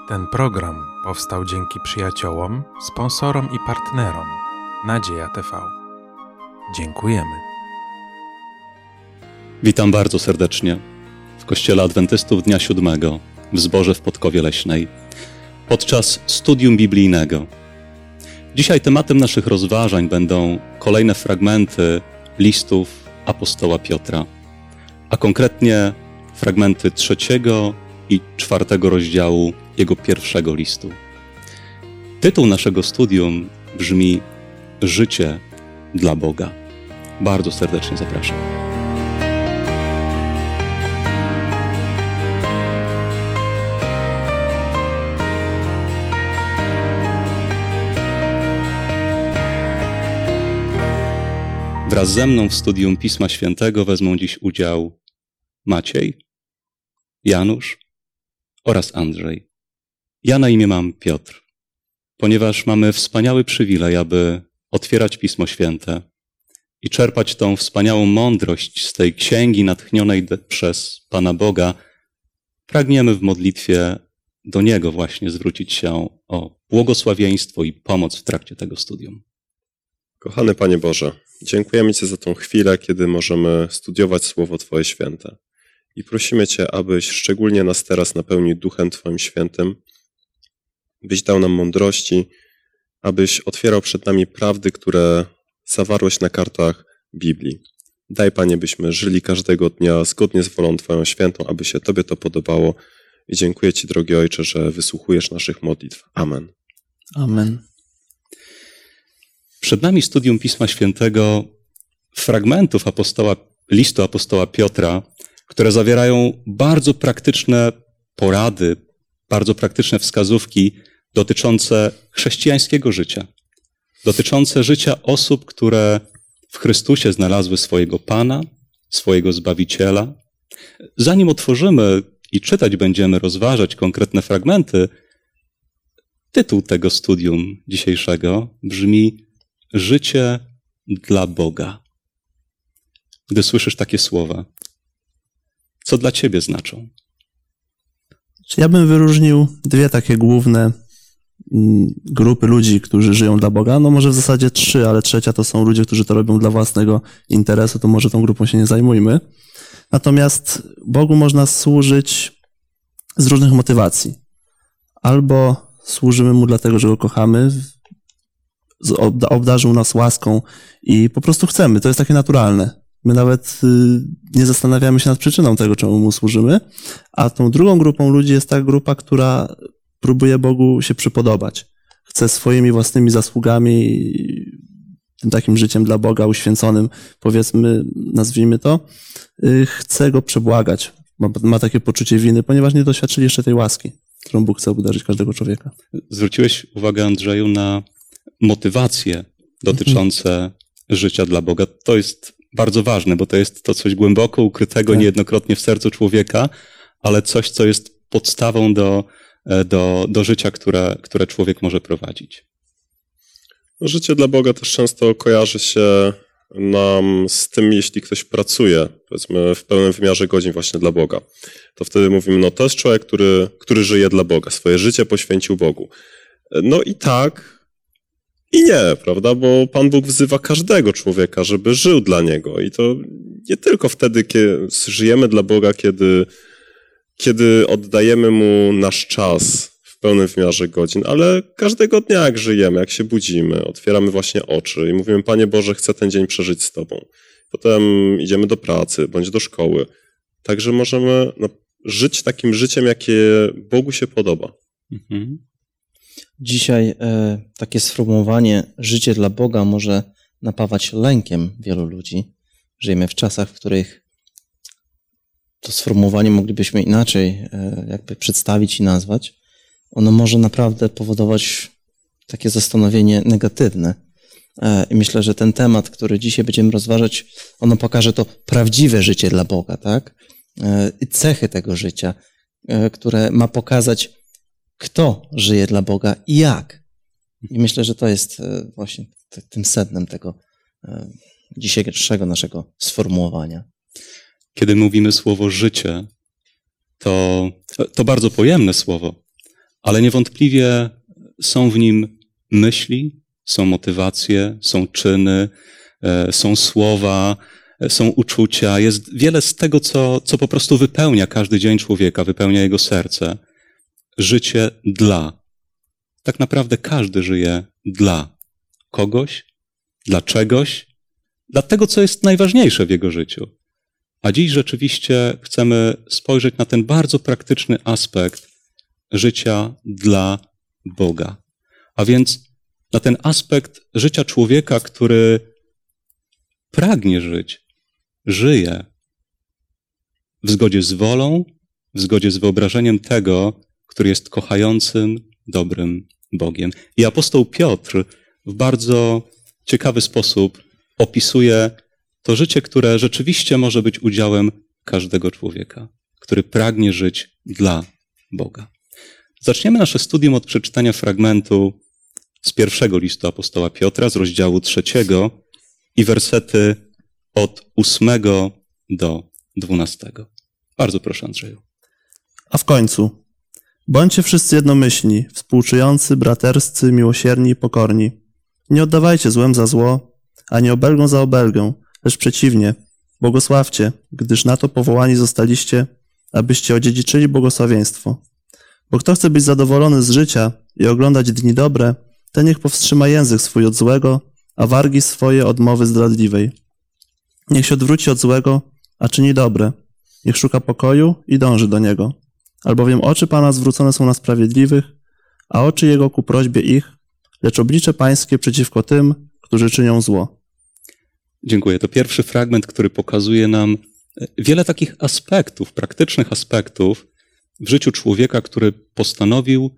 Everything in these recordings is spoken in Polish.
Ten program powstał dzięki przyjaciołom, sponsorom i partnerom Nadzieja TV. Dziękujemy. Witam bardzo serdecznie w Kościele Adwentystów Dnia Siódmego w Zborze w Podkowie Leśnej podczas studium biblijnego. Dzisiaj tematem naszych rozważań będą kolejne fragmenty listów apostoła Piotra, a konkretnie fragmenty 3 i 4 rozdziału jego pierwszego listu. Tytuł naszego studium brzmi Życie dla Boga. Bardzo serdecznie zapraszam. Wraz ze mną w studium Pisma Świętego wezmą dziś udział Maciej, Janusz oraz Andrzej. Ja na imię mam Piotr, ponieważ mamy wspaniały przywilej, aby otwierać Pismo Święte i czerpać tą wspaniałą mądrość z tej księgi natchnionej przez Pana Boga. Pragniemy w modlitwie do Niego właśnie zwrócić się o błogosławieństwo i pomoc w trakcie tego studium. Kochany Panie Boże, dziękujemy Ci za tą chwilę, kiedy możemy studiować Słowo Twoje święte. I prosimy Cię, abyś szczególnie nas teraz napełnił Duchem Twoim Świętym, byś dał nam mądrości, abyś otwierał przed nami prawdy, które zawarłeś na kartach Biblii. Daj, Panie, byśmy żyli każdego dnia zgodnie z wolą Twoją świętą, aby się Tobie to podobało. I dziękuję Ci, drogi Ojcze, że wysłuchujesz naszych modlitw. Amen. Amen. Przed nami studium Pisma Świętego, fragmentów listu apostoła Piotra, które zawierają bardzo praktyczne porady, bardzo praktyczne wskazówki dotyczące chrześcijańskiego życia, dotyczące życia osób, które w Chrystusie znalazły swojego Pana, swojego Zbawiciela. Zanim otworzymy i czytać będziemy, rozważać konkretne fragmenty, tytuł tego studium dzisiejszego brzmi Życie dla Boga. Gdy słyszysz takie słowa, co dla Ciebie znaczą? Ja bym wyróżnił dwie takie główne grupy ludzi, którzy żyją dla Boga. No może w zasadzie 3, ale trzecia to są ludzie, którzy to robią dla własnego interesu, to może tą grupą się nie zajmujmy. Natomiast Bogu można służyć z różnych motywacji. Albo służymy Mu dlatego, że Go kochamy, obdarzył nas łaską i po prostu chcemy. To jest takie naturalne. My nawet nie zastanawiamy się nad przyczyną tego, czemu Mu służymy, a tą drugą grupą ludzi jest ta grupa, która próbuje Bogu się przypodobać. Chce swoimi własnymi zasługami, tym takim życiem dla Boga uświęconym, powiedzmy, nazwijmy to, chce Go przebłagać. Ma takie poczucie winy, ponieważ nie doświadczyli jeszcze tej łaski, którą Bóg chce obdarzyć każdego człowieka. Zwróciłeś uwagę, Andrzeju, na motywacje dotyczące życia dla Boga. To jest bardzo ważne, bo to jest to coś głęboko ukrytego niejednokrotnie w sercu człowieka, ale coś, co jest podstawą do życia, które człowiek może prowadzić. No, życie dla Boga też często kojarzy się nam z tym, jeśli ktoś pracuje, powiedzmy, w pełnym wymiarze godzin właśnie dla Boga. To wtedy mówimy, no to jest człowiek, który żyje dla Boga, swoje życie poświęcił Bogu. No i tak i nie, prawda? Bo Pan Bóg wzywa każdego człowieka, żeby żył dla Niego. I to nie tylko wtedy, kiedy żyjemy dla Boga, kiedy oddajemy Mu nasz czas w pełnym wymiarze godzin, ale każdego dnia, jak żyjemy, jak się budzimy, otwieramy właśnie oczy i mówimy, Panie Boże, chcę ten dzień przeżyć z Tobą. Potem idziemy do pracy, bądź do szkoły. Także możemy żyć takim życiem, jakie Bogu się podoba. Mhm. Dzisiaj takie sformułowanie życie dla Boga może napawać lękiem wielu ludzi. Żyjemy w czasach, w których to sformułowanie moglibyśmy inaczej jakby przedstawić i nazwać. Ono może naprawdę powodować takie zastanowienie negatywne. I myślę, że ten temat, który dzisiaj będziemy rozważać, ono pokaże to prawdziwe życie dla Boga, tak? I cechy tego życia, które ma pokazać, kto żyje dla Boga i jak. I myślę, że to jest właśnie tym sednem tego dzisiejszego naszego sformułowania. Kiedy mówimy słowo życie, to bardzo pojemne słowo, ale niewątpliwie są w nim myśli, są motywacje, są czyny, są słowa, są uczucia. Jest wiele z tego, co po prostu wypełnia każdy dzień człowieka, wypełnia jego serce. Życie dla. Tak naprawdę każdy żyje dla kogoś, dla czegoś, dla tego, co jest najważniejsze w jego życiu. A dziś rzeczywiście chcemy spojrzeć na ten bardzo praktyczny aspekt życia dla Boga. A więc na ten aspekt życia człowieka, który pragnie żyć, żyje w zgodzie z wolą, w zgodzie z wyobrażeniem tego, który jest kochającym, dobrym Bogiem. I apostoł Piotr w bardzo ciekawy sposób opisuje to życie, które rzeczywiście może być udziałem każdego człowieka, który pragnie żyć dla Boga. Zaczniemy nasze studium od przeczytania fragmentu z pierwszego listu apostoła Piotra, z rozdziału 3 i wersety od 8 do 12. Bardzo proszę, Andrzeju. A w końcu, bądźcie wszyscy jednomyślni, współczujący, braterscy, miłosierni i pokorni. Nie oddawajcie złem za zło, ani obelgą za obelgę, lecz przeciwnie, błogosławcie, gdyż na to powołani zostaliście, abyście odziedziczyli błogosławieństwo. Bo kto chce być zadowolony z życia i oglądać dni dobre, ten niech powstrzyma język swój od złego, a wargi swoje od mowy zdradliwej. Niech się odwróci od złego, a czyni dobre. Niech szuka pokoju i dąży do niego. Albowiem oczy Pana zwrócone są na sprawiedliwych, a oczy Jego ku prośbie ich, lecz oblicze Pańskie przeciwko tym, którzy czynią zło. Dziękuję. To pierwszy fragment, który pokazuje nam wiele takich aspektów, praktycznych aspektów w życiu człowieka, który postanowił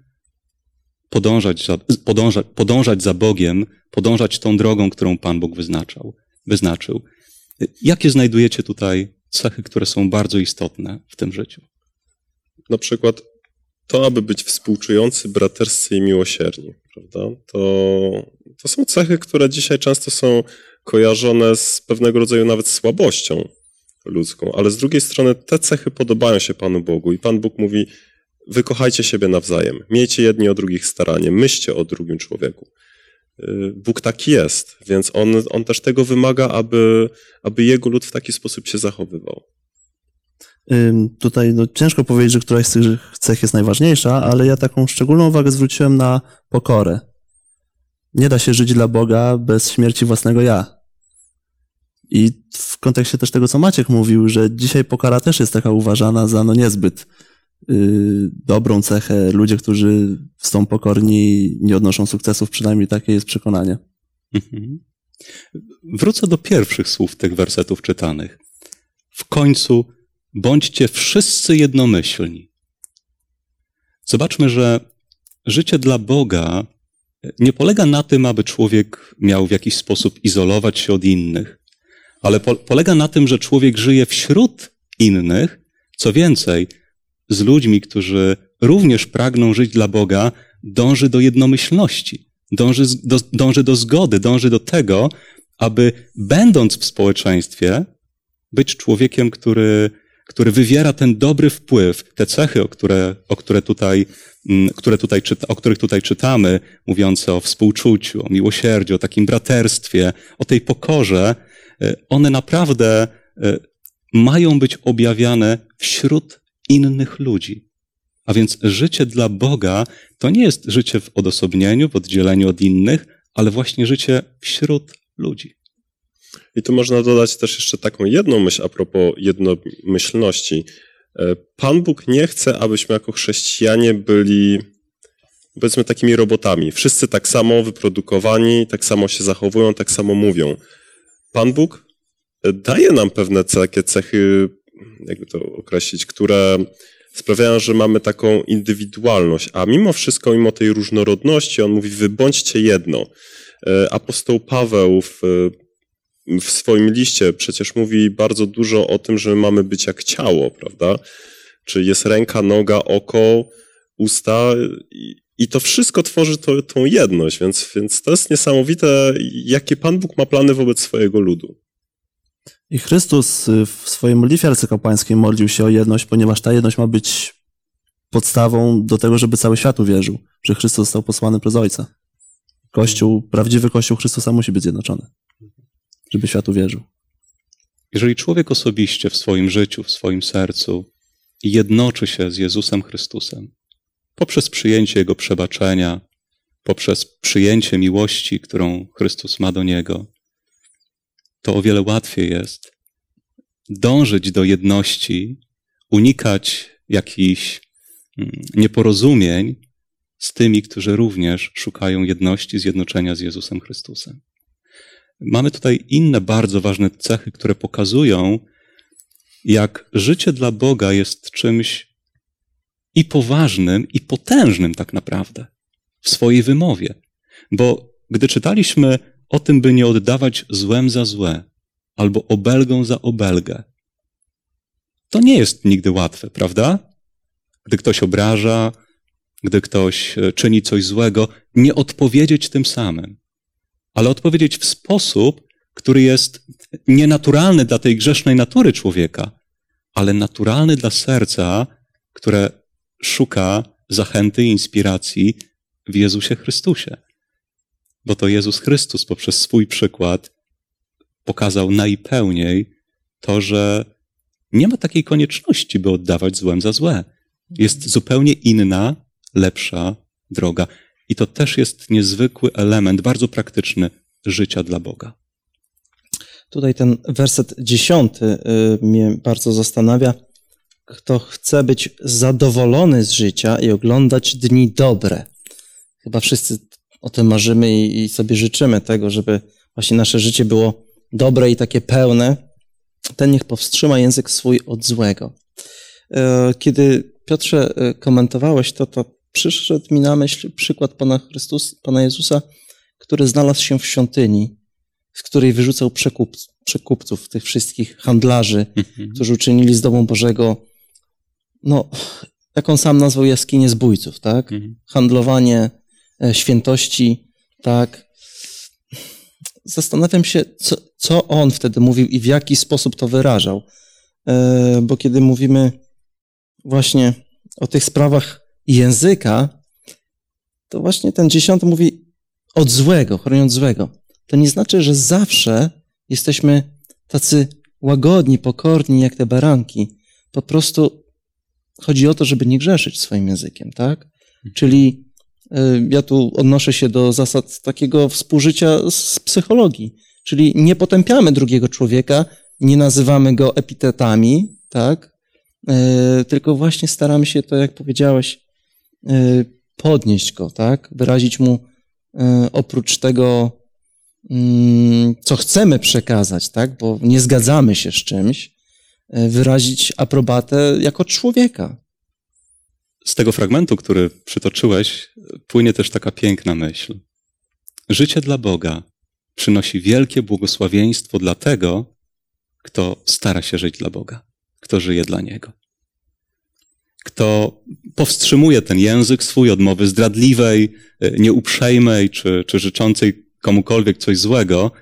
podążać za Bogiem, podążać tą drogą, którą Pan Bóg wyznaczył. Jakie znajdujecie tutaj cechy, które są bardzo istotne w tym życiu? Na przykład to, aby być współczujący, braterscy i miłosierni, prawda? To są cechy, które dzisiaj często są kojarzone z pewnego rodzaju nawet słabością ludzką, ale z drugiej strony te cechy podobają się Panu Bogu i Pan Bóg mówi: wy kochajcie siebie nawzajem, miejcie jedni o drugich staranie, myślcie o drugim człowieku. Bóg taki jest, więc on też tego wymaga, aby jego lud w taki sposób się zachowywał. Tutaj ciężko powiedzieć, że któraś z tych cech jest najważniejsza, ale ja taką szczególną uwagę zwróciłem na pokorę. Nie da się żyć dla Boga bez śmierci własnego ja. I w kontekście też tego, co Maciek mówił, że dzisiaj pokora też jest taka uważana za niezbyt dobrą cechę. Ludzie, którzy są pokorni, nie odnoszą sukcesów, przynajmniej takie jest przekonanie. Mhm. Wrócę do pierwszych słów tych wersetów czytanych. W końcu bądźcie wszyscy jednomyślni. Zobaczmy, że życie dla Boga nie polega na tym, aby człowiek miał w jakiś sposób izolować się od innych, ale polega na tym, że człowiek żyje wśród innych, co więcej, z ludźmi, którzy również pragną żyć dla Boga, dąży do jednomyślności, dąży do zgody, dąży do tego, aby będąc w społeczeństwie, być człowiekiem, który wywiera ten dobry wpływ, te cechy, o których tutaj czytamy, mówiące o współczuciu, o miłosierdziu, o takim braterstwie, o tej pokorze, one naprawdę mają być objawiane wśród innych ludzi. A więc życie dla Boga to nie jest życie w odosobnieniu, w oddzieleniu od innych, ale właśnie życie wśród ludzi. I tu można dodać też jeszcze taką jedną myśl a propos jednomyślności. Pan Bóg nie chce, abyśmy jako chrześcijanie byli, powiedzmy, takimi robotami. Wszyscy tak samo wyprodukowani, tak samo się zachowują, tak samo mówią. Pan Bóg daje nam pewne takie cechy, jakby to określić, które sprawiają, że mamy taką indywidualność, a mimo wszystko, mimo tej różnorodności, on mówi: wy bądźcie jedno. Apostoł Paweł w swoim liście przecież mówi bardzo dużo o tym, że mamy być jak ciało, prawda? Czy jest ręka, noga, oko, usta i to wszystko tworzy tą jedność, więc to jest niesamowite, jakie Pan Bóg ma plany wobec swojego ludu. I Chrystus w swojej modlitwie arcykapłańskiej modlił się o jedność, ponieważ ta jedność ma być podstawą do tego, żeby cały świat uwierzył, że Chrystus został posłany przez Ojca. Kościół, prawdziwy Kościół Chrystusa musi być zjednoczony, żeby świat uwierzył. Jeżeli człowiek osobiście w swoim życiu, w swoim sercu jednoczy się z Jezusem Chrystusem poprzez przyjęcie Jego przebaczenia, poprzez przyjęcie miłości, którą Chrystus ma do niego, to o wiele łatwiej jest dążyć do jedności, unikać jakichś nieporozumień z tymi, którzy również szukają jedności, zjednoczenia z Jezusem Chrystusem. Mamy tutaj inne bardzo ważne cechy, które pokazują, jak życie dla Boga jest czymś i poważnym, i potężnym tak naprawdę w swojej wymowie. Bo gdy czytaliśmy o tym, by nie oddawać złem za złe, albo obelgą za obelgę, to nie jest nigdy łatwe, prawda? Gdy ktoś obraża, gdy ktoś czyni coś złego, nie odpowiedzieć tym samym, ale odpowiedzieć w sposób, który jest nienaturalny dla tej grzesznej natury człowieka, ale naturalny dla serca, które szuka zachęty i inspiracji w Jezusie Chrystusie. Bo to Jezus Chrystus poprzez swój przykład pokazał najpełniej to, że nie ma takiej konieczności, by oddawać złem za złe. Jest zupełnie inna, lepsza droga. I to też jest niezwykły element, bardzo praktyczny życia dla Boga. Tutaj ten werset 10 mnie bardzo zastanawia. Kto chce być zadowolony z życia i oglądać dni dobre. Chyba wszyscy o tym marzymy i sobie życzymy tego, żeby właśnie nasze życie było dobre i takie pełne. Ten niech powstrzyma język swój od złego. Kiedy, Piotrze, komentowałeś to przyszedł mi na myśl przykład Pana Jezusa, który znalazł się w świątyni, z której wyrzucał przekupców, tych wszystkich handlarzy, którzy uczynili z domu Bożego, jak on sam nazwał, jaskinię zbójców, tak? Handlowanie świętości, tak? Zastanawiam się, co on wtedy mówił i w jaki sposób to wyrażał. Bo kiedy mówimy właśnie o tych sprawach języka, to właśnie ten 10 mówi od złego, chroniąc złego. To nie znaczy, że zawsze jesteśmy tacy łagodni, pokorni jak te baranki. Po prostu chodzi o to, żeby nie grzeszyć swoim językiem, tak? Czyli ja tu odnoszę się do zasad takiego współżycia z psychologii. Czyli nie potępiamy drugiego człowieka, nie nazywamy go epitetami, tak? Tylko właśnie staramy się to, jak powiedziałeś, podnieść go, tak? Wyrazić mu oprócz tego, co chcemy przekazać, tak? Bo nie zgadzamy się z czymś, wyrazić aprobatę jako człowieka. Z tego fragmentu, który przytoczyłeś, płynie też taka piękna myśl. Życie dla Boga przynosi wielkie błogosławieństwo dla tego, kto stara się żyć dla Boga, kto żyje dla Niego. Kto powstrzymuje ten język swój od mowy zdradliwej, nieuprzejmej czy życzącej komukolwiek coś złego,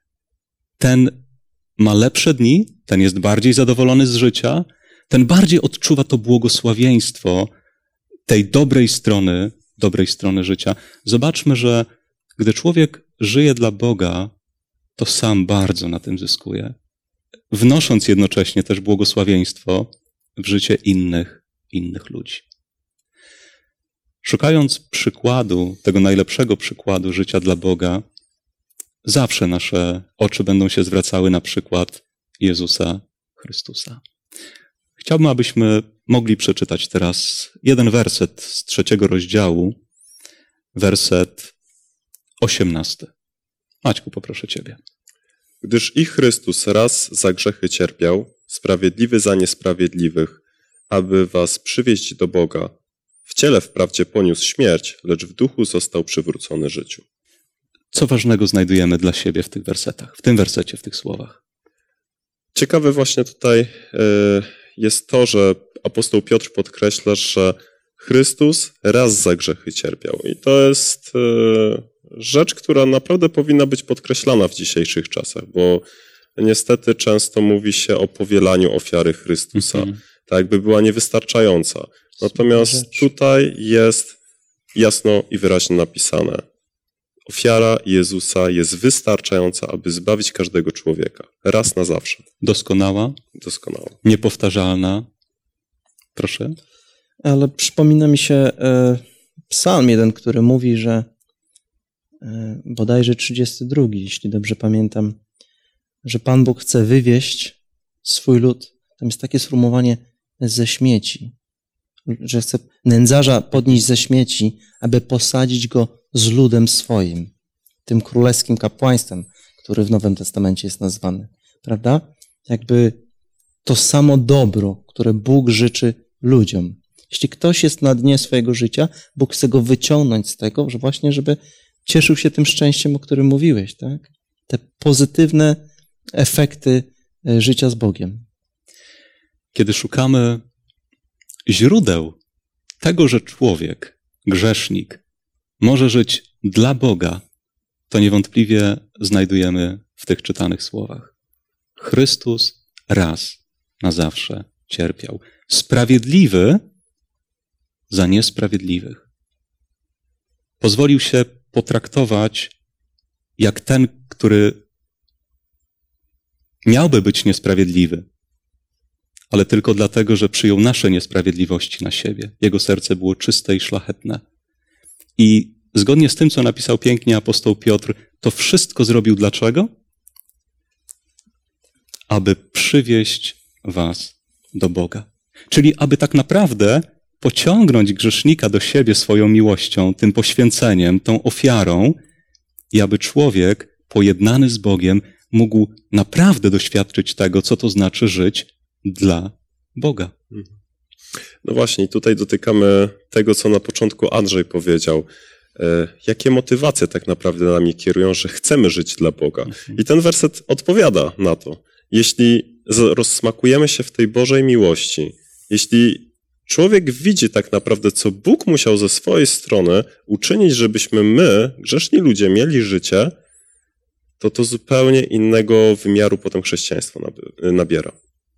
ten ma lepsze dni, ten jest bardziej zadowolony z życia, ten bardziej odczuwa to błogosławieństwo tej dobrej strony życia. Zobaczmy, że gdy człowiek żyje dla Boga, to sam bardzo na tym zyskuje, wnosząc jednocześnie też błogosławieństwo w życie innych ludzi. Szukając przykładu, tego najlepszego przykładu życia dla Boga, zawsze nasze oczy będą się zwracały na przykład Jezusa Chrystusa. Chciałbym, abyśmy mogli przeczytać teraz jeden werset z 3 rozdziału, werset 18. Maćku, poproszę Ciebie. Gdyż i Chrystus raz za grzechy cierpiał, sprawiedliwy za niesprawiedliwych, aby was przywieźć do Boga. W ciele wprawdzie poniósł śmierć, lecz w duchu został przywrócony życiu. Co ważnego znajdujemy dla siebie w tych wersetach, w tym wersecie, w tych słowach? Ciekawe właśnie tutaj jest to, że apostoł Piotr podkreśla, że Chrystus raz za grzechy cierpiał. I to jest rzecz, która naprawdę powinna być podkreślana w dzisiejszych czasach, bo niestety często mówi się o powielaniu ofiary Chrystusa, tak jakby była niewystarczająca. Natomiast tutaj jest jasno i wyraźnie napisane: ofiara Jezusa jest wystarczająca, aby zbawić każdego człowieka. Raz na zawsze. Doskonała, niepowtarzalna. Proszę. Ale przypomina mi się psalm jeden, który mówi, że bodajże 32, jeśli dobrze pamiętam, że Pan Bóg chce wywieźć swój lud. Tam jest takie sformułowanie ze śmieci, że chce nędzarza podnieść ze śmieci, aby posadzić go z ludem swoim, tym królewskim kapłaństwem, który w Nowym Testamencie jest nazwany. Prawda? Jakby to samo dobro, które Bóg życzy ludziom. Jeśli ktoś jest na dnie swojego życia, Bóg chce go wyciągnąć z tego, że właśnie, żeby cieszył się tym szczęściem, o którym mówiłeś, tak? Te pozytywne efekty życia z Bogiem. Kiedy szukamy źródeł tego, że człowiek, grzesznik, może żyć dla Boga, to niewątpliwie znajdujemy w tych czytanych słowach. Chrystus raz na zawsze cierpiał. Sprawiedliwy za niesprawiedliwych. Pozwolił się potraktować jak ten, który miałby być niesprawiedliwy, ale tylko dlatego, że przyjął nasze niesprawiedliwości na siebie. Jego serce było czyste i szlachetne. I zgodnie z tym, co napisał pięknie apostoł Piotr, to wszystko zrobił dlaczego? Aby przywieść was do Boga. Czyli aby tak naprawdę pociągnąć grzesznika do siebie swoją miłością, tym poświęceniem, tą ofiarą i aby człowiek pojednany z Bogiem mógł naprawdę doświadczyć tego, co to znaczy żyć dla Boga. No właśnie, tutaj dotykamy tego, co na początku Andrzej powiedział. Jakie motywacje tak naprawdę nami kierują, że chcemy żyć dla Boga. I ten werset odpowiada na to. Jeśli rozsmakujemy się w tej Bożej miłości, jeśli człowiek widzi tak naprawdę, co Bóg musiał ze swojej strony uczynić, żebyśmy my, grzeszni ludzie, mieli życie, to zupełnie innego wymiaru potem chrześcijaństwo nabiera.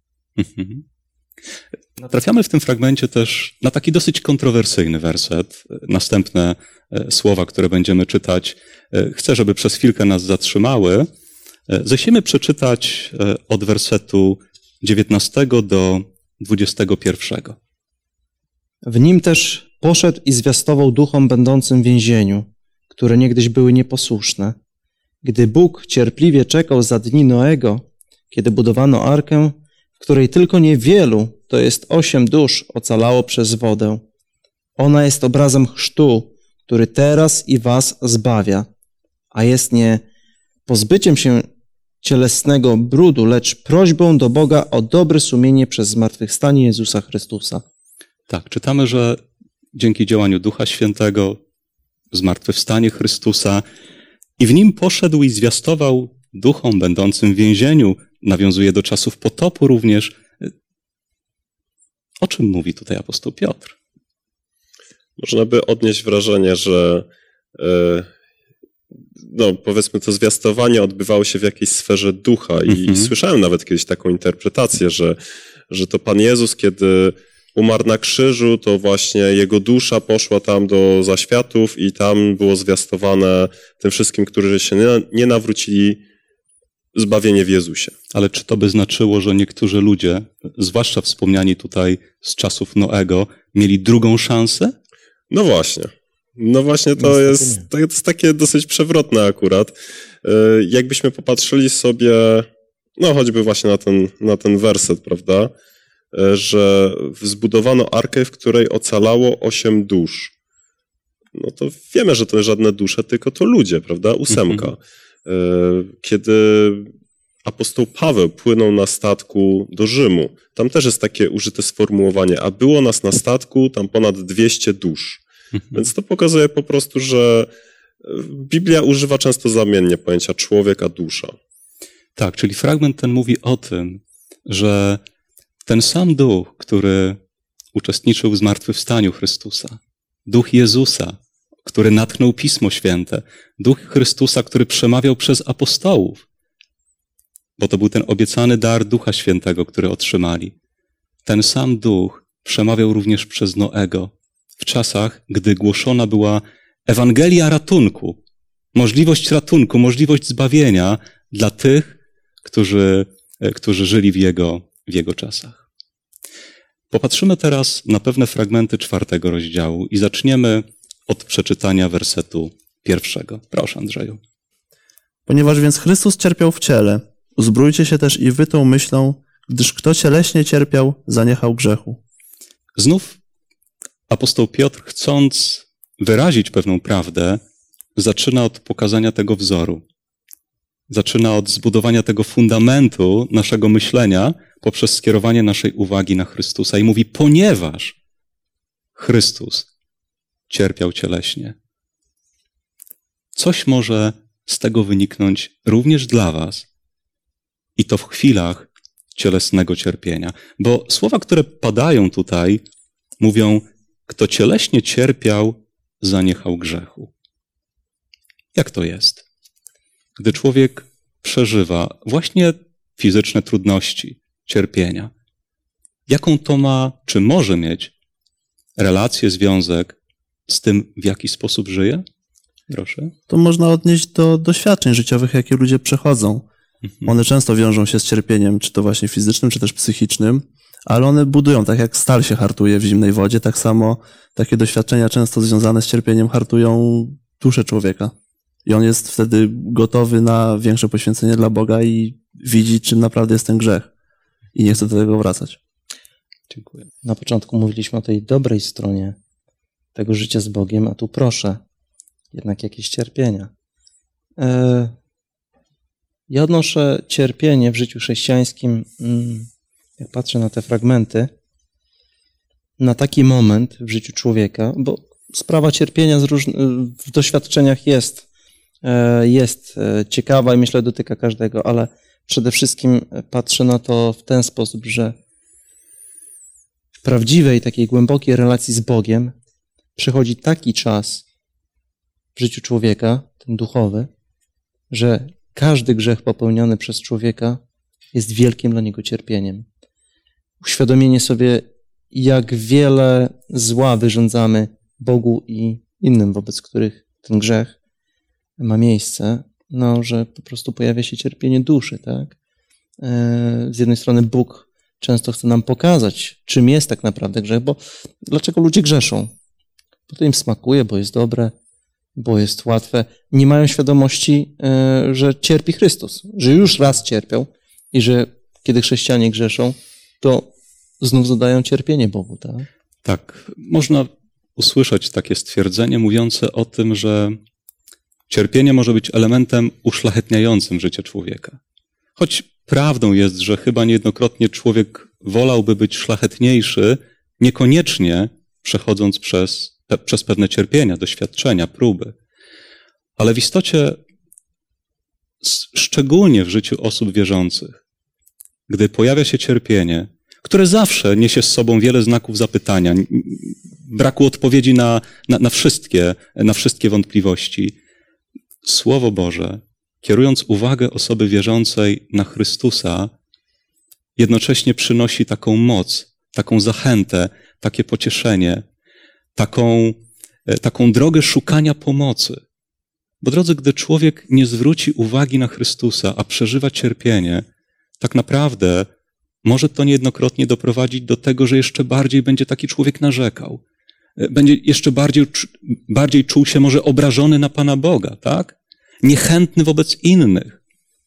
Trafiamy w tym fragmencie też na taki dosyć kontrowersyjny werset. Następne słowa, które będziemy czytać, chcę, żeby przez chwilkę nas zatrzymały. Zechciemy przeczytać od wersetu 19 do 21. W nim też poszedł i zwiastował duchom będącym w więzieniu, które niegdyś były nieposłuszne. Gdy Bóg cierpliwie czekał za dni Noego, kiedy budowano arkę, w której tylko niewielu, to jest 8 dusz, ocalało przez wodę. Ona jest obrazem chrztu, który teraz i was zbawia, a jest nie pozbyciem się cielesnego brudu, lecz prośbą do Boga o dobre sumienie przez zmartwychwstanie Jezusa Chrystusa. Tak, czytamy, że dzięki działaniu Ducha Świętego, zmartwychwstanie Chrystusa i w nim poszedł i zwiastował duchom będącym w więzieniu, nawiązuje do czasów potopu również. O czym mówi tutaj apostoł Piotr? Można by odnieść wrażenie, że powiedzmy to zwiastowanie odbywało się w jakiejś sferze ducha i słyszałem nawet kiedyś taką interpretację, że to Pan Jezus, kiedy umarł na krzyżu, to właśnie jego dusza poszła tam do zaświatów i tam było zwiastowane tym wszystkim, którzy się nie nawrócili, zbawienie w Jezusie. Ale czy to by znaczyło, że niektórzy ludzie, zwłaszcza wspomniani tutaj z czasów Noego, mieli drugą szansę? No właśnie, to jest takie dosyć przewrotne akurat. Jakbyśmy popatrzyli sobie, choćby właśnie na ten werset, prawda, że zbudowano arkę, w której ocalało 8 dusz. No to wiemy, że to żadne dusze, tylko to ludzie, prawda, 8. Kiedy apostoł Paweł płynął na statku do Rzymu, tam też jest takie użyte sformułowanie, a było nas na statku tam ponad 200 dusz. Więc to pokazuje po prostu, że Biblia używa często zamiennie pojęcia człowiek a dusza. Tak, czyli fragment ten mówi o tym, że ten sam duch, który uczestniczył w zmartwychwstaniu Chrystusa, duch Jezusa, który natchnął Pismo Święte, duch Chrystusa, który przemawiał przez apostołów, bo to był ten obiecany dar Ducha Świętego, który otrzymali. Ten sam duch przemawiał również przez Noego w czasach, gdy głoszona była Ewangelia ratunku, możliwość zbawienia dla tych, którzy żyli w jego czasach. Popatrzymy teraz na pewne fragmenty 4 rozdziału i zaczniemy od przeczytania wersetu 1. Proszę, Andrzeju. Ponieważ więc Chrystus cierpiał w ciele, uzbrójcie się też i wy tą myślą, gdyż kto cieleśnie cierpiał, zaniechał grzechu. Znów apostoł Piotr, chcąc wyrazić pewną prawdę, zaczyna od pokazania tego wzoru. Zaczyna od zbudowania tego fundamentu naszego myślenia poprzez skierowanie naszej uwagi na Chrystusa i mówi, ponieważ Chrystus cierpiał cieleśnie. Coś może z tego wyniknąć również dla was i to w chwilach cielesnego cierpienia. Bo słowa, które padają tutaj, mówią, kto cieleśnie cierpiał, zaniechał grzechu. Jak to jest? Gdy człowiek przeżywa właśnie fizyczne trudności, cierpienia, jaką to ma, czy może mieć relację, związek z tym, w jaki sposób żyje? Proszę. To można odnieść do doświadczeń życiowych, jakie ludzie przechodzą. One często wiążą się z cierpieniem, czy to właśnie fizycznym, czy też psychicznym, ale one budują, tak jak stal się hartuje w zimnej wodzie, tak samo takie doświadczenia często związane z cierpieniem hartują duszę człowieka. I on jest wtedy gotowy na większe poświęcenie dla Boga i widzi, czym naprawdę jest ten grzech. I nie chce do tego wracać. Dziękuję. Na początku mówiliśmy o tej dobrej stronie tego życia z Bogiem, a tu proszę, jednak jakieś cierpienia. Ja odnoszę cierpienie w życiu chrześcijańskim, jak patrzę na te fragmenty, na taki moment w życiu człowieka, bo sprawa cierpienia w doświadczeniach jest ciekawa i myślę dotyka każdego, ale przede wszystkim patrzę na to w ten sposób, że w prawdziwej, takiej głębokiej relacji z Bogiem przychodzi taki czas w życiu człowieka, ten duchowy, że każdy grzech popełniony przez człowieka jest wielkim dla niego cierpieniem. Uświadomienie sobie, jak wiele zła wyrządzamy Bogu i innym, wobec których ten grzech ma miejsce, że po prostu pojawia się cierpienie duszy, tak? Z jednej strony Bóg często chce nam pokazać, czym jest tak naprawdę grzech, bo dlaczego ludzie grzeszą? Bo to im smakuje, bo jest dobre, bo jest łatwe. Nie mają świadomości, że cierpi Chrystus, że już raz cierpiał i że kiedy chrześcijanie grzeszą, to znów zadają cierpienie Bogu, tak? Tak, można usłyszeć takie stwierdzenie mówiące o tym, że cierpienie może być elementem uszlachetniającym życie człowieka. Choć prawdą jest, że chyba niejednokrotnie człowiek wolałby być szlachetniejszy, niekoniecznie przechodząc przez pewne cierpienia, doświadczenia, próby. Ale w istocie, szczególnie w życiu osób wierzących, gdy pojawia się cierpienie, które zawsze niesie z sobą wiele znaków zapytania, braku odpowiedzi na wszystkie wątpliwości, Słowo Boże, kierując uwagę osoby wierzącej na Chrystusa, jednocześnie przynosi taką moc, taką zachętę, takie pocieszenie, taką drogę szukania pomocy. Bo drodzy, gdy człowiek nie zwróci uwagi na Chrystusa, a przeżywa cierpienie, tak naprawdę może to niejednokrotnie doprowadzić do tego, że jeszcze bardziej będzie taki człowiek narzekał. Będzie jeszcze bardziej czuł się może obrażony na Pana Boga, tak? Niechętny wobec innych.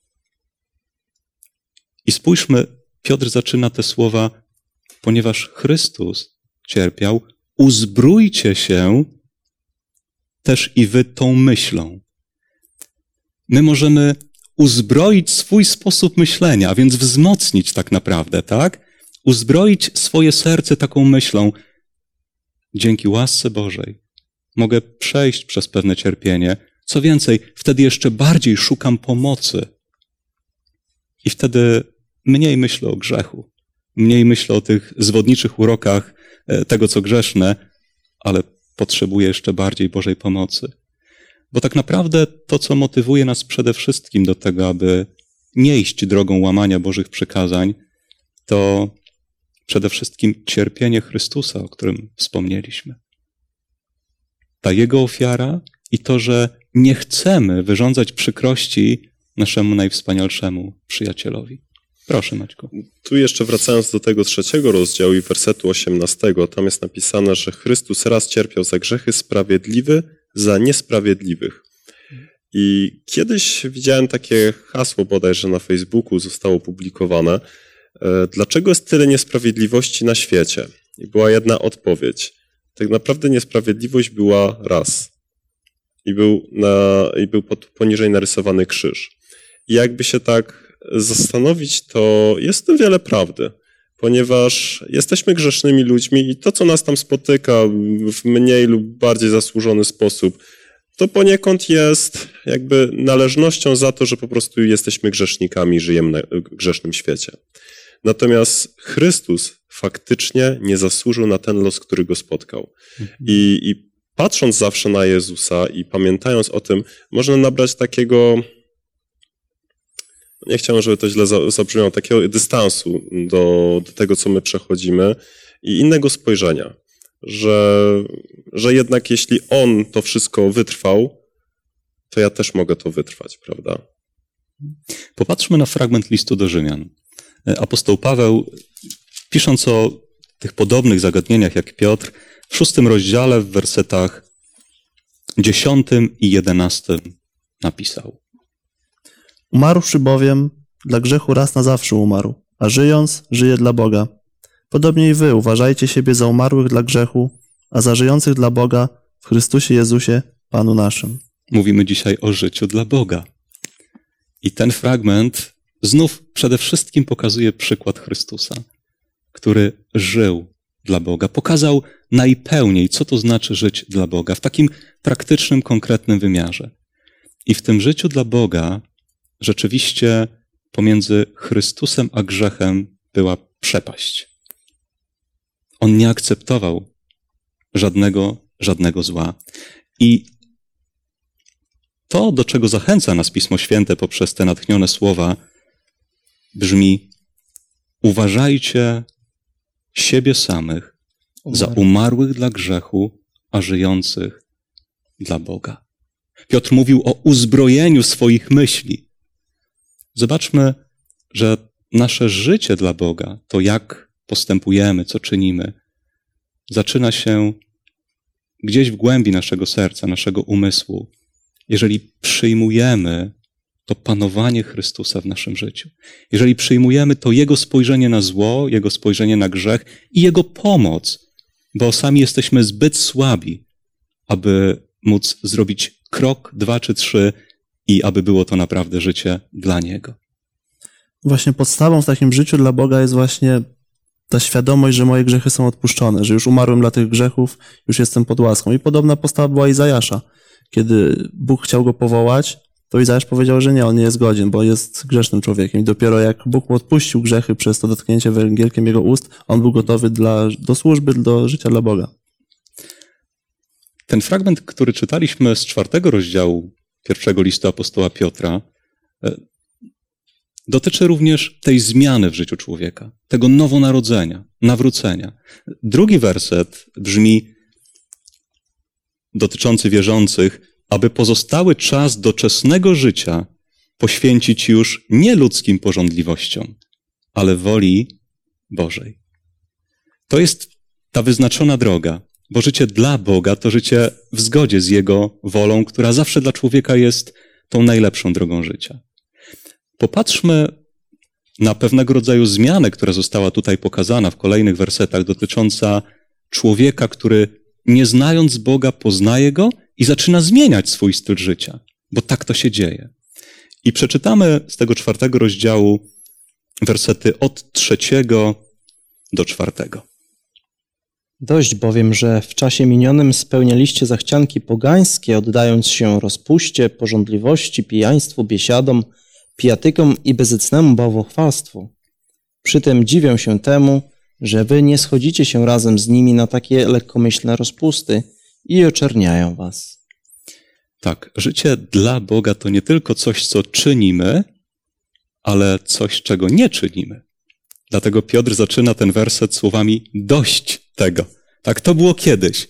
I spójrzmy, Piotr zaczyna te słowa, ponieważ Chrystus cierpiał, uzbrójcie się też i wy tą myślą. My możemy uzbroić swój sposób myślenia, a więc wzmocnić tak naprawdę, tak? Uzbroić swoje serce taką myślą. Dzięki łasce Bożej mogę przejść przez pewne cierpienie. Co więcej, wtedy jeszcze bardziej szukam pomocy. I wtedy mniej myślę o grzechu, mniej myślę o tych zwodniczych urokach tego, co grzeszne, ale potrzebuję jeszcze bardziej Bożej pomocy. Bo tak naprawdę to, co motywuje nas przede wszystkim do tego, aby nie iść drogą łamania Bożych przykazań, to przede wszystkim cierpienie Chrystusa, o którym wspomnieliśmy. Ta Jego ofiara i to, że nie chcemy wyrządzać przykrości naszemu najwspanialszemu przyjacielowi. Proszę, Maćku. Tu jeszcze wracając do tego 3 rozdziału i wersetu 18, tam jest napisane, że Chrystus raz cierpiał za grzechy sprawiedliwy, za niesprawiedliwych. I kiedyś widziałem takie hasło bodajże na Facebooku, zostało opublikowane. Dlaczego jest tyle niesprawiedliwości na świecie? I była jedna odpowiedź. Tak naprawdę niesprawiedliwość była raz. I był poniżej narysowany krzyż. I jakby się tak zastanowić, to jest w tym wiele prawdy. Ponieważ jesteśmy grzesznymi ludźmi i to, co nas tam spotyka w mniej lub bardziej zasłużony sposób, to poniekąd jest jakby należnością za to, że po prostu jesteśmy grzesznikami i żyjemy na grzesznym świecie. Natomiast Chrystus faktycznie nie zasłużył na ten los, który go spotkał. I patrząc zawsze na Jezusa i pamiętając o tym, można nabrać takiego, nie chciałem, żeby to źle zabrzmiało, takiego dystansu do tego, co my przechodzimy i innego spojrzenia, że jednak jeśli On to wszystko wytrwał, to ja też mogę to wytrwać, prawda? Popatrzmy na fragment listu do Rzymian. Apostoł Paweł, pisząc o tych podobnych zagadnieniach jak Piotr, w 6 rozdziale w wersetach 10 i 11 napisał: Umarłszy bowiem, dla grzechu raz na zawsze umarł, a żyjąc, żyje dla Boga. Podobnie i wy uważajcie siebie za umarłych dla grzechu, a za żyjących dla Boga w Chrystusie Jezusie, Panu naszym. Mówimy dzisiaj o życiu dla Boga. I ten fragment znów przede wszystkim pokazuje przykład Chrystusa, który żył dla Boga. Pokazał najpełniej, co to znaczy żyć dla Boga w takim praktycznym, konkretnym wymiarze. I w tym życiu dla Boga rzeczywiście pomiędzy Chrystusem a grzechem była przepaść. On nie akceptował żadnego zła. I to, do czego zachęca nas Pismo Święte poprzez te natchnione słowa, brzmi: uważajcie siebie samych za umarłych dla grzechu, a żyjących dla Boga. Piotr mówił o uzbrojeniu swoich myśli. Zobaczmy, że nasze życie dla Boga, to jak postępujemy, co czynimy, zaczyna się gdzieś w głębi naszego serca, naszego umysłu, jeżeli przyjmujemy to panowanie Chrystusa w naszym życiu. Jeżeli przyjmujemy to Jego spojrzenie na zło, Jego spojrzenie na grzech i Jego pomoc, bo sami jesteśmy zbyt słabi, aby móc zrobić krok, 2 czy 3 i aby było to naprawdę życie dla Niego. Właśnie podstawą w takim życiu dla Boga jest właśnie ta świadomość, że moje grzechy są odpuszczone, że już umarłem dla tych grzechów, już jestem pod łaską. I podobna postawa była Izajasza. Kiedy Bóg chciał go powołać, to Izajasz powiedział, że nie, on nie jest godzien, bo jest grzesznym człowiekiem. I dopiero jak Bóg mu odpuścił grzechy przez to dotknięcie węgielkiem jego ust, on był gotowy do służby, do życia dla Boga. Ten fragment, który czytaliśmy z 4 rozdziału 1 listu apostoła Piotra, dotyczy również tej zmiany w życiu człowieka, tego nowonarodzenia, nawrócenia. Drugi werset brzmi, dotyczący wierzących, aby pozostały czas doczesnego życia poświęcić już nie ludzkim pożądliwościom, ale woli Bożej. To jest ta wyznaczona droga, bo życie dla Boga to życie w zgodzie z Jego wolą, która zawsze dla człowieka jest tą najlepszą drogą życia. Popatrzmy na pewnego rodzaju zmianę, która została tutaj pokazana w kolejnych wersetach, dotycząca człowieka, który nie znając Boga poznaje Go i zaczyna zmieniać swój styl życia, bo tak to się dzieje. I przeczytamy z tego 4 rozdziału wersety od 3 do 4. Dość bowiem, że w czasie minionym spełnialiście zachcianki pogańskie, oddając się rozpuście, pożądliwości, pijaństwu, biesiadom, pijatykom i bezecnemu bałwochwalstwu. Przytem dziwię się temu, że wy nie schodzicie się razem z nimi na takie lekkomyślne rozpusty i oczerniają was. Tak, życie dla Boga to nie tylko coś, co czynimy, ale coś, czego nie czynimy. Dlatego Piotr zaczyna ten werset słowami dość tego. Tak, to było kiedyś.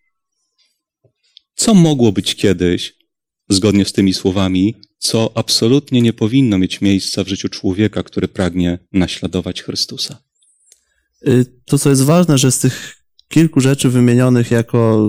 Co mogło być kiedyś, zgodnie z tymi słowami, co absolutnie nie powinno mieć miejsca w życiu człowieka, który pragnie naśladować Chrystusa? To, co jest ważne, że z tych kilku rzeczy wymienionych jako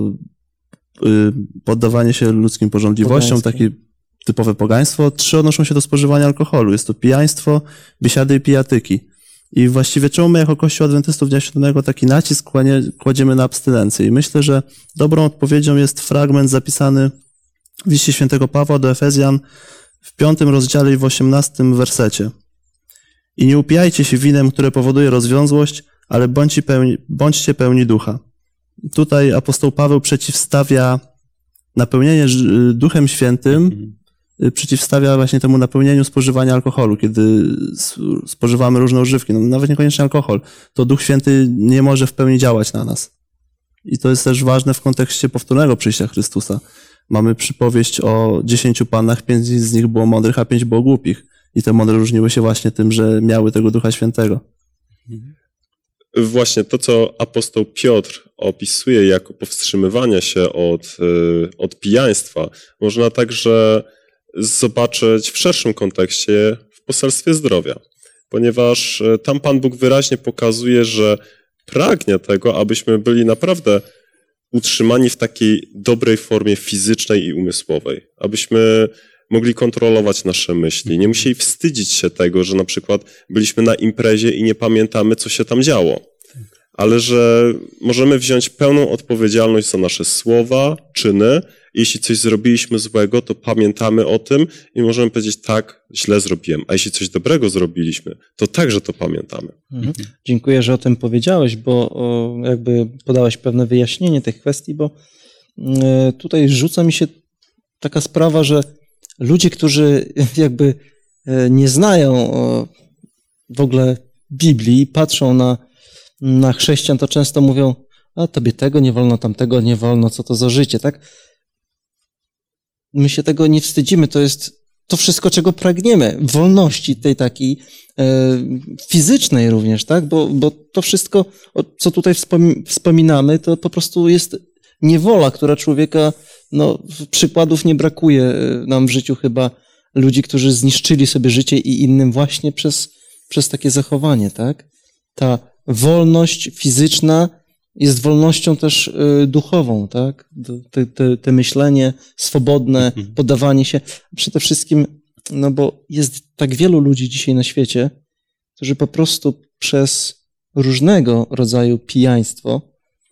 poddawanie się ludzkim pożądliwościom, takie typowe pogaństwo, 3 odnoszą się do spożywania alkoholu. Jest to pijaństwo, biesiady i pijatyki. I właściwie czemu my jako Kościół Adwentystów Dnia Siódmego taki nacisk kładziemy na abstynencję? I myślę, że dobrą odpowiedzią jest fragment zapisany w liście świętego Pawła do Efezjan w 5 rozdziale i w 18 wersecie. I nie upijajcie się winem, które powoduje rozwiązłość, ale bądźcie pełni ducha. Tutaj apostoł Paweł przeciwstawia napełnienie Duchem Świętym, przeciwstawia właśnie temu napełnieniu spożywania alkoholu, kiedy spożywamy różne używki, no nawet niekoniecznie alkohol, to Duch Święty nie może w pełni działać na nas. I to jest też ważne w kontekście powtórnego przyjścia Chrystusa. Mamy przypowieść o 10 pannach, 5 z nich było mądrych, a 5 było głupich. I te mądre różniły się właśnie tym, że miały tego Ducha Świętego. Właśnie to, co apostoł Piotr opisuje jako powstrzymywanie się od pijaństwa, można także zobaczyć w szerszym kontekście w poselstwie zdrowia. Ponieważ tam Pan Bóg wyraźnie pokazuje, że pragnie tego, abyśmy byli naprawdę utrzymani w takiej dobrej formie fizycznej i umysłowej. Abyśmy mogli kontrolować nasze myśli. Nie musieli wstydzić się tego, że na przykład byliśmy na imprezie i nie pamiętamy, co się tam działo. Ale że możemy wziąć pełną odpowiedzialność za nasze słowa, czyny. Jeśli coś zrobiliśmy złego, to pamiętamy o tym i możemy powiedzieć, tak, źle zrobiłem. A jeśli coś dobrego zrobiliśmy, to także to pamiętamy. Dziękuję, że o tym powiedziałeś, bo jakby podałeś pewne wyjaśnienie tych kwestii, bo tutaj rzuca mi się taka sprawa, że ludzie, którzy jakby nie znają w ogóle Biblii, patrzą na chrześcijan, to często mówią, a tobie tego nie wolno, tamtego nie wolno, co to za życie, tak? My się tego nie wstydzimy, to jest to wszystko, czego pragniemy. Wolności tej takiej fizycznej również, tak? Bo to wszystko, co tutaj wspominamy, to po prostu jest niewola, która człowieka, no przykładów nie brakuje nam w życiu chyba ludzi, którzy zniszczyli sobie życie i innym właśnie przez takie zachowanie, tak? Ta wolność fizyczna jest wolnością też duchową, tak? Te myślenie swobodne, poddawanie się. Przede wszystkim, no bo jest tak wielu ludzi dzisiaj na świecie, którzy po prostu przez różnego rodzaju pijaństwo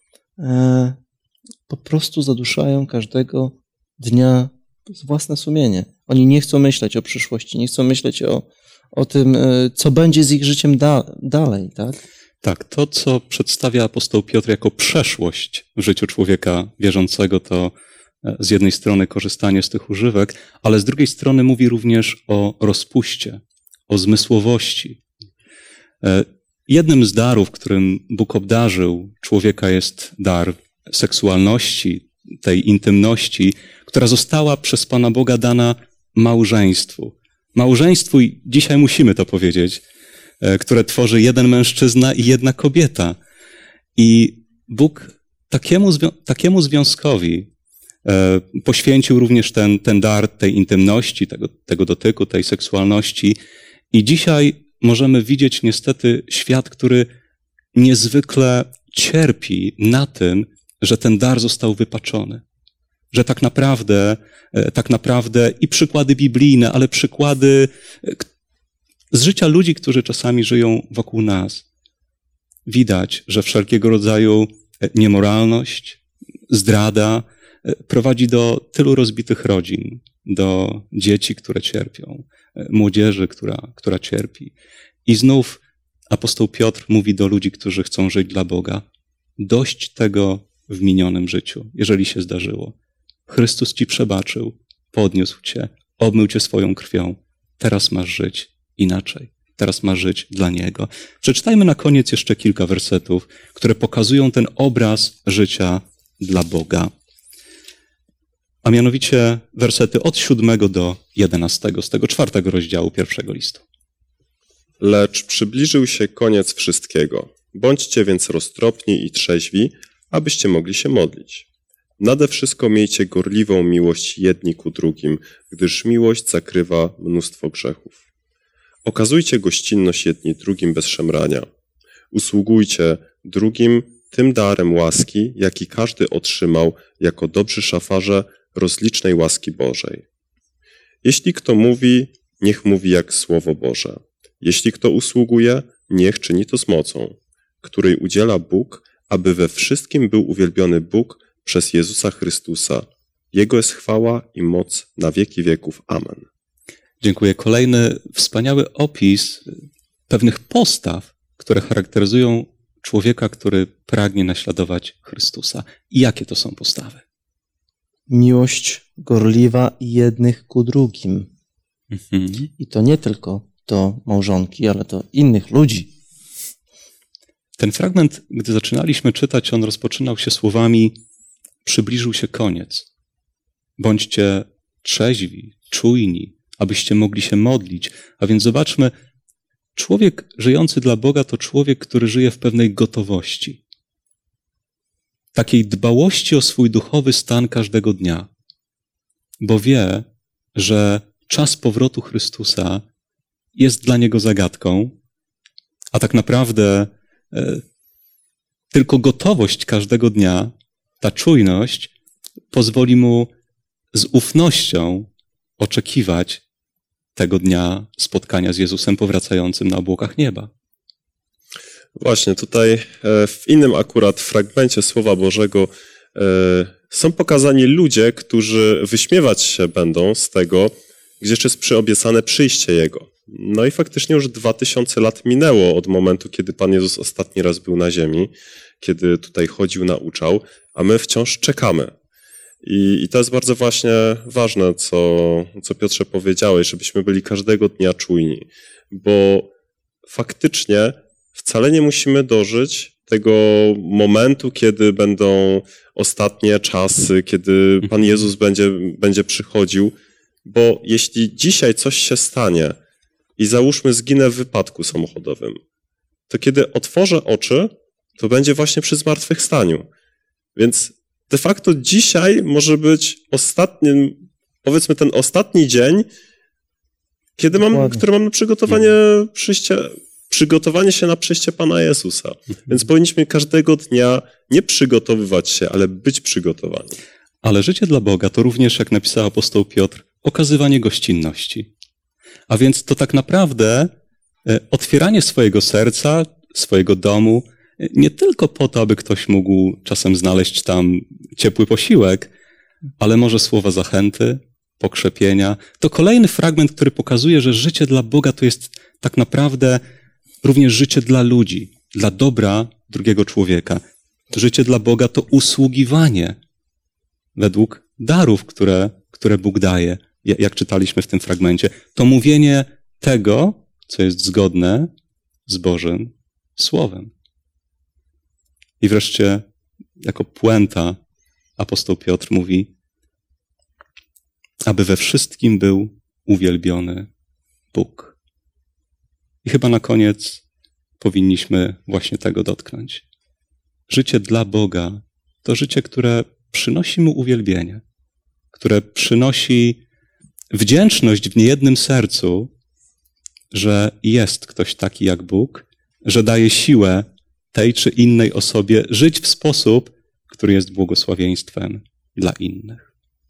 po prostu zaduszają każdego dnia własne sumienie. Oni nie chcą myśleć o przyszłości, nie chcą myśleć o tym, co będzie z ich życiem dalej, tak? Tak, to, co przedstawia apostoł Piotr jako przeszłość w życiu człowieka wierzącego, to z jednej strony korzystanie z tych używek, ale z drugiej strony mówi również o rozpuście, o zmysłowości. Jednym z darów, którym Bóg obdarzył człowieka, jest dar seksualności, tej intymności, która została przez Pana Boga dana małżeństwu. Małżeństwu, i dzisiaj musimy to powiedzieć, które tworzy jeden mężczyzna i jedna kobieta. I Bóg takiemu związkowi poświęcił również ten dar tej intymności, tego dotyku, tej seksualności. I dzisiaj możemy widzieć niestety świat, który niezwykle cierpi na tym, że ten dar został wypaczony. Że tak naprawdę i przykłady biblijne, ale przykłady z życia ludzi, którzy czasami żyją wokół nas. Widać, że wszelkiego rodzaju niemoralność, zdrada prowadzi do tylu rozbitych rodzin, do dzieci, które cierpią, młodzieży, która cierpi. I znów apostoł Piotr mówi do ludzi, którzy chcą żyć dla Boga, dość tego w minionym życiu, jeżeli się zdarzyło. Chrystus ci przebaczył, podniósł cię, obmył cię swoją krwią. Teraz masz żyć inaczej. Teraz masz żyć dla Niego. Przeczytajmy na koniec jeszcze kilka wersetów, które pokazują ten obraz życia dla Boga. A mianowicie wersety od 7 do 11 z tego 4 rozdziału 1 listu. Lecz przybliżył się koniec wszystkiego. Bądźcie więc roztropni i trzeźwi, abyście mogli się modlić. Nade wszystko miejcie gorliwą miłość jedni ku drugim, gdyż miłość zakrywa mnóstwo grzechów. Okazujcie gościnność jedni drugim bez szemrania. Usługujcie drugim tym darem łaski, jaki każdy otrzymał jako dobrzy szafarze rozlicznej łaski Bożej. Jeśli kto mówi, niech mówi jak Słowo Boże. Jeśli kto usługuje, niech czyni to z mocą, której udziela Bóg, aby we wszystkim był uwielbiony Bóg przez Jezusa Chrystusa. Jego jest chwała i moc na wieki wieków. Amen. Dziękuję. Kolejny wspaniały opis pewnych postaw, które charakteryzują człowieka, który pragnie naśladować Chrystusa. I jakie to są postawy? Miłość gorliwa jednych ku drugim. I to nie tylko do małżonki, ale do innych ludzi. Ten fragment, gdy zaczynaliśmy czytać, on rozpoczynał się słowami: przybliżył się koniec. Bądźcie trzeźwi, czujni, abyście mogli się modlić. A więc zobaczmy, człowiek żyjący dla Boga to człowiek, który żyje w pewnej gotowości. Takiej dbałości o swój duchowy stan każdego dnia. Bo wie, że czas powrotu Chrystusa jest dla niego zagadką, a tak naprawdę tylko gotowość każdego dnia, ta czujność pozwoli mu z ufnością oczekiwać tego dnia spotkania z Jezusem powracającym na obłokach nieba. Właśnie tutaj w innym akurat fragmencie Słowa Bożego są pokazani ludzie, którzy wyśmiewać się będą z tego, gdzież jest przyobiecane przyjście Jego. No i faktycznie już 2000 lat minęło od momentu, kiedy Pan Jezus ostatni raz był na ziemi, kiedy tutaj chodził, nauczał, a my wciąż czekamy. I to jest bardzo właśnie ważne, co Piotrze powiedziałeś, żebyśmy byli każdego dnia czujni, bo faktycznie wcale nie musimy dożyć tego momentu, kiedy będą ostatnie czasy, kiedy Pan Jezus będzie przychodził, bo jeśli dzisiaj coś się stanie i załóżmy zginę w wypadku samochodowym, to kiedy otworzę oczy, to będzie właśnie przy zmartwychwstaniu. Więc de facto dzisiaj może być ostatnim, powiedzmy ten ostatni dzień, który mam na przygotowanie się na przyjście Pana Jezusa. Więc powinniśmy każdego dnia nie przygotowywać się, ale być przygotowani. Ale życie dla Boga to również, jak napisał apostoł Piotr, okazywanie gościnności. A więc to tak naprawdę otwieranie swojego serca, swojego domu, nie tylko po to, aby ktoś mógł czasem znaleźć tam ciepły posiłek, ale może słowa zachęty, pokrzepienia. To kolejny fragment, który pokazuje, że życie dla Boga to jest tak naprawdę również życie dla ludzi, dla dobra drugiego człowieka. Życie dla Boga to usługiwanie według darów, które Bóg daje, jak czytaliśmy w tym fragmencie. To mówienie tego, co jest zgodne z Bożym Słowem. I wreszcie, jako puenta, apostoł Piotr mówi, aby we wszystkim był uwielbiony Bóg. I chyba na koniec powinniśmy właśnie tego dotknąć. Życie dla Boga to życie, które przynosi Mu uwielbienie, które przynosi wdzięczność w niejednym sercu, że jest ktoś taki jak Bóg, że daje siłę tej czy innej osobie żyć w sposób, który jest błogosławieństwem dla innych.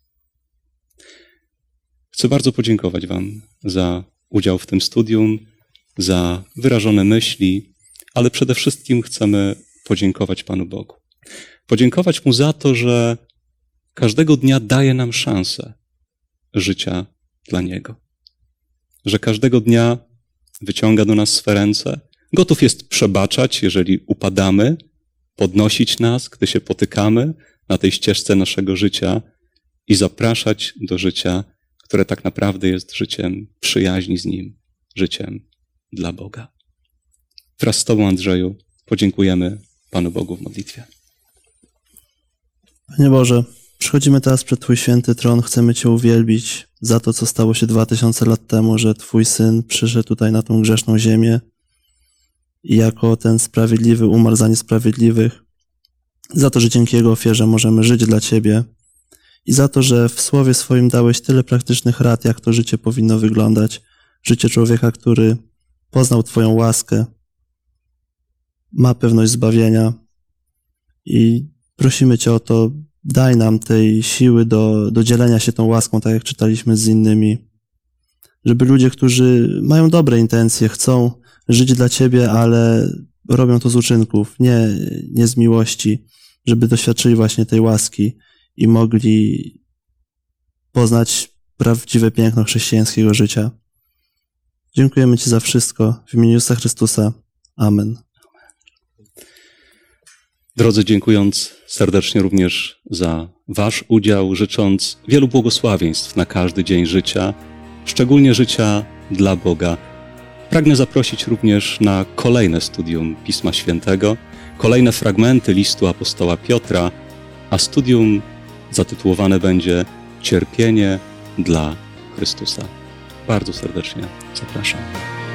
Chcę bardzo podziękować Wam za udział w tym studium, za wyrażone myśli, ale przede wszystkim chcemy podziękować Panu Bogu. Podziękować Mu za to, że każdego dnia daje nam szansę życia dla Niego. Że każdego dnia wyciąga do nas swe ręce, gotów jest przebaczać, jeżeli upadamy, podnosić nas, gdy się potykamy na tej ścieżce naszego życia i zapraszać do życia, które tak naprawdę jest życiem przyjaźni z Nim, życiem dla Boga. Wraz z Tobą, Andrzeju, podziękujemy Panu Bogu w modlitwie. Panie Boże, przychodzimy teraz przed Twój święty tron, chcemy Cię uwielbić za to, co stało się 2000 lat temu, że Twój Syn przyszedł tutaj na tą grzeszną ziemię i jako ten sprawiedliwy umarł za niesprawiedliwych, za to, że dzięki Jego ofierze możemy żyć dla Ciebie i za to, że w Słowie swoim dałeś tyle praktycznych rad, jak to życie powinno wyglądać. Życie człowieka, który poznał Twoją łaskę, ma pewność zbawienia i prosimy Cię o to, daj nam tej siły do dzielenia się tą łaską, tak jak czytaliśmy z innymi, żeby ludzie, którzy mają dobre intencje, chcą żyć dla Ciebie, ale robią to z uczynków, nie z miłości, żeby doświadczyli właśnie tej łaski i mogli poznać prawdziwe piękno chrześcijańskiego życia. Dziękujemy Ci za wszystko. W imieniu Jezusa Chrystusa. Amen. Drodzy, dziękując serdecznie również za Wasz udział, życząc wielu błogosławieństw na każdy dzień życia, szczególnie życia dla Boga, pragnę zaprosić również na kolejne studium Pisma Świętego, kolejne fragmenty listu apostoła Piotra, a studium zatytułowane będzie Cierpienie dla Chrystusa. Bardzo serdecznie zapraszam.